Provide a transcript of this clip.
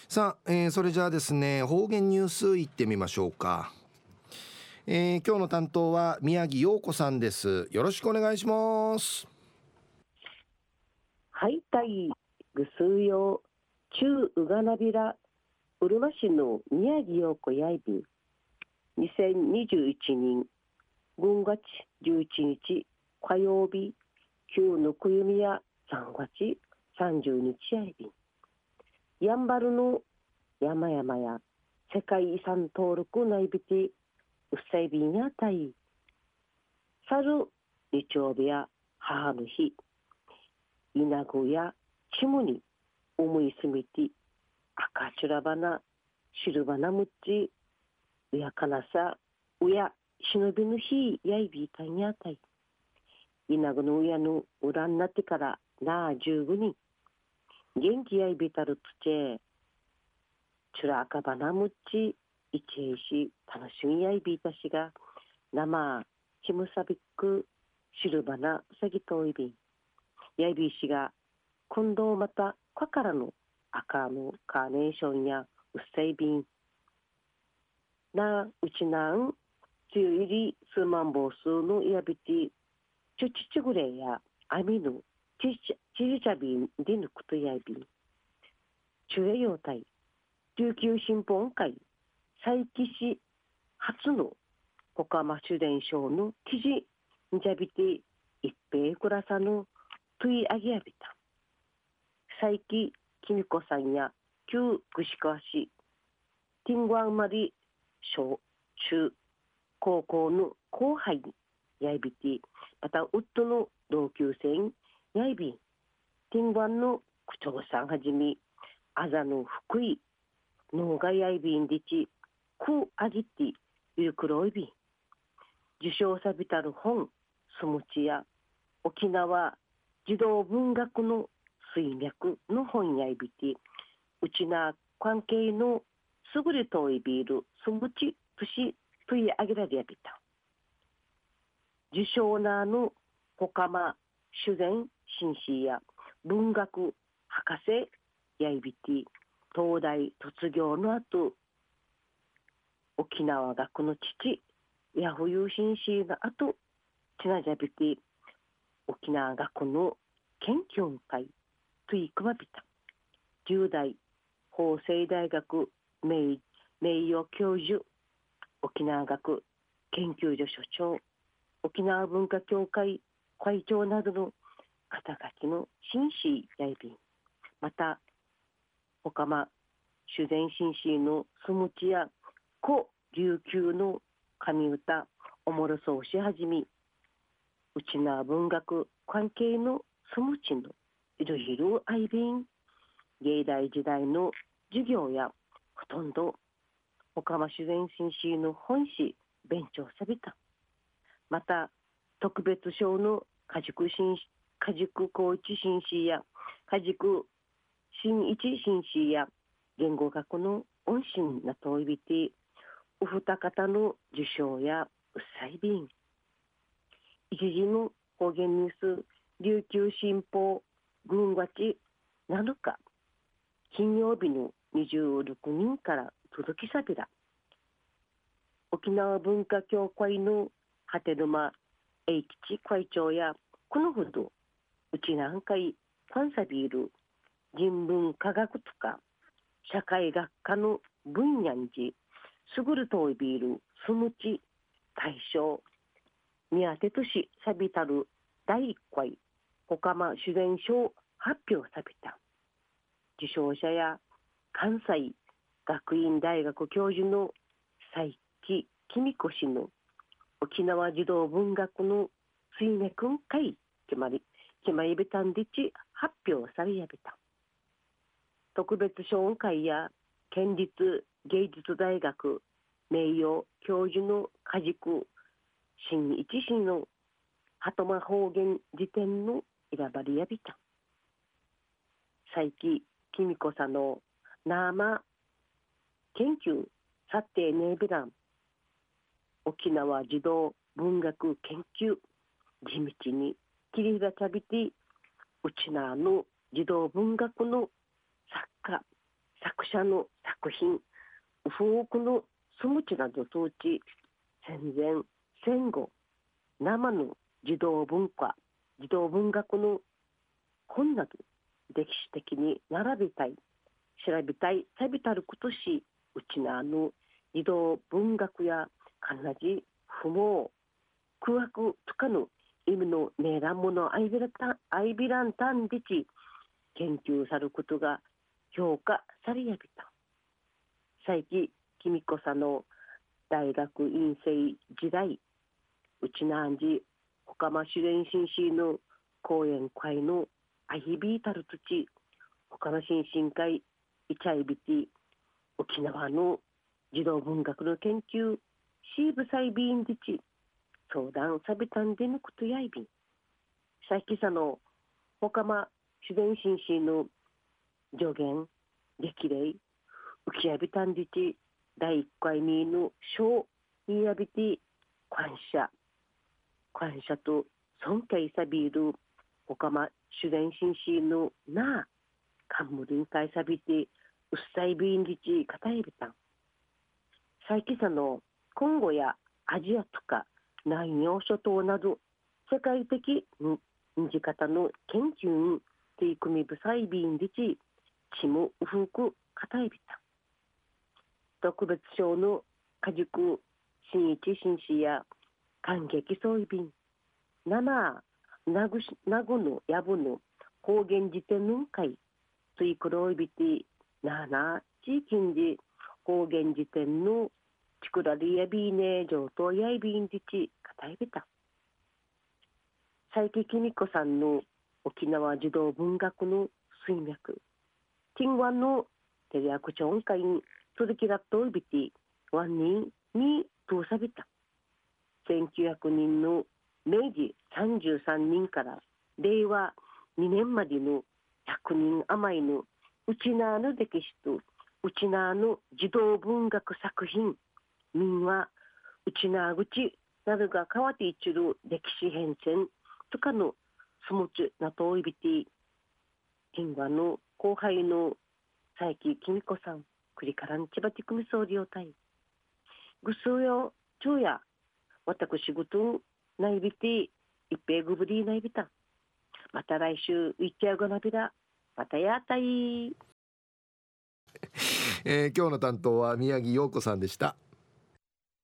さあ、それじゃあですね、方言ニュースいってみましょうか。今日の担当は宮城陽子さんです。よろしくお願いします。 はい、たいぐすうよう中うがなびらうるま市の宮城陽子やいびん2021年5月11日火曜日旧のくゆみや3月30日やいびんやんばるの山々や世界遺産登録内びてうっさいびんやたい去る日曜日や母の日稲子やちむに思いすみて赤ちゅらばなしるばなむっちうやかなさうやしのびぬひやいびいたんやたい稲子のうやのうらんなってからなあ15人元気やいびたるつちちゅらあかばなむっちいちえし楽しみやいびいたしが生ひむさびっくしるばなさぎといびんやいびいしが今度またかからの赤のカーネーションやうっさいびんなうちなんつゆ入り数万本数のいやびてちゅちちぐれやあみぬちじちゃびんでぬくとやびんちゅえようたい琉球新報会佐伯市初の小釜主伝賞の記事にじゃびて一平くらさぬといあげやびた佐伯きみこさんや旧串川市ティングワンマリ小中高校の後輩にやいびてまたウッドの同級生にやいびんティングワンの区長さんはじめあざの福井農がやいびんでちくあぎてゆるくろいびん受賞さびたる本すむちや沖縄児童文学の水脈の本やいびてうちな関係のすぐれといびるすむちとしといあげられやびた受賞なのほかま主前紳士や文学博士やいびて東大卒業の後沖縄学の父や富裕紳士の後ちなじゃびて沖縄学の研究会といくまびた10代法政大学名誉教授沖縄学研究所所長沖縄文化協会会長などの肩書きの紳士やいびんまた他ま主前紳士のすむちや古琉球の神歌おもろそうしはじみうちな文学関係のすむちのいろいろあいびん芸大時代の授業やほとんど岡間主前紳士の本誌勉強さびたまた特別賞の家塾高一紳士や家塾新一紳士や言語学の恩師なといびてお二方の受賞やうっさいびん一時の方言ニュース琉球新報軍月7日金曜日の26人から届きさびら沖縄文化協会の波沼英吉会長やこのほどうち南海ファンサビール人文科学とか社会学科の分野にじすぐるといびるすむち大賞宮手都市さびたる第1回ほかま主演賞発表さびた受賞者や関西学院大学教授の佐伯公子氏の沖縄児童文学の水根くん会決まりべたんでち発表されやびた特別賞会や県立芸術大学名誉教授の家塾新一市の鳩間方言辞典の選ばれやびた佐伯公子さんの生研究査定ネーベラン沖縄児童文学研究地道に切り開びてうちなの児童文学の作家作者の作品、多くのスムチなど当地、戦前、戦後、生の児童文化、児童文学の本など、歴史的に並びたい、調べたい、さびたることし、うちなの児童文学やかなじ不毛、空白とかの意味のねえらんものアイビランタンでち研究されることが評価されやびた。佐伯公子さんの大学院生時代、うちなんじ他間主練新進の講演会のアヒビータル土地、他の新進会イチャイビティ、沖縄の児童文学の研究、シーブサイビーンディチ、相談サビタンでのことやいびん。佐伯さんの他間主練新進の助言、激励、浮きやびたんでち、第1回目の小いやびて感謝と尊敬さびるおかま主練紳士のなあかんむりんかいさびてうっさいびんりちかたえびたん最近さのコンゴやアジアとか南洋諸島など世界的にじ方の研究に取り組みぶさいびんりちちむうふくかたえびたん特別賞の家塾新一紳士や感激そういびん生なぐのやぶの方言辞典の会ついくろいびてなな地域に方言辞典のちくらりやびね上等やいびんじちかたいびた佐伯公子さんの沖縄児童文学の水脈ティンワンのテレアクチョン会に続きらっといびてワンニンに通さびた1900人の明治33人から令和2年までの100人余りのうちなーの歴史とうちなーの児童文学作品民話うちなー口などが変わっていちる歴史変遷とかのスムチなといびて金話の後輩の佐伯公子さんくりからんちばてくみそうりょうたいぐすうよ昼夜私ごとないびて一平ぐぶりないびたまた来週いっちゃうがなびらまたやったい今日の担当は宮城陽子さんでした。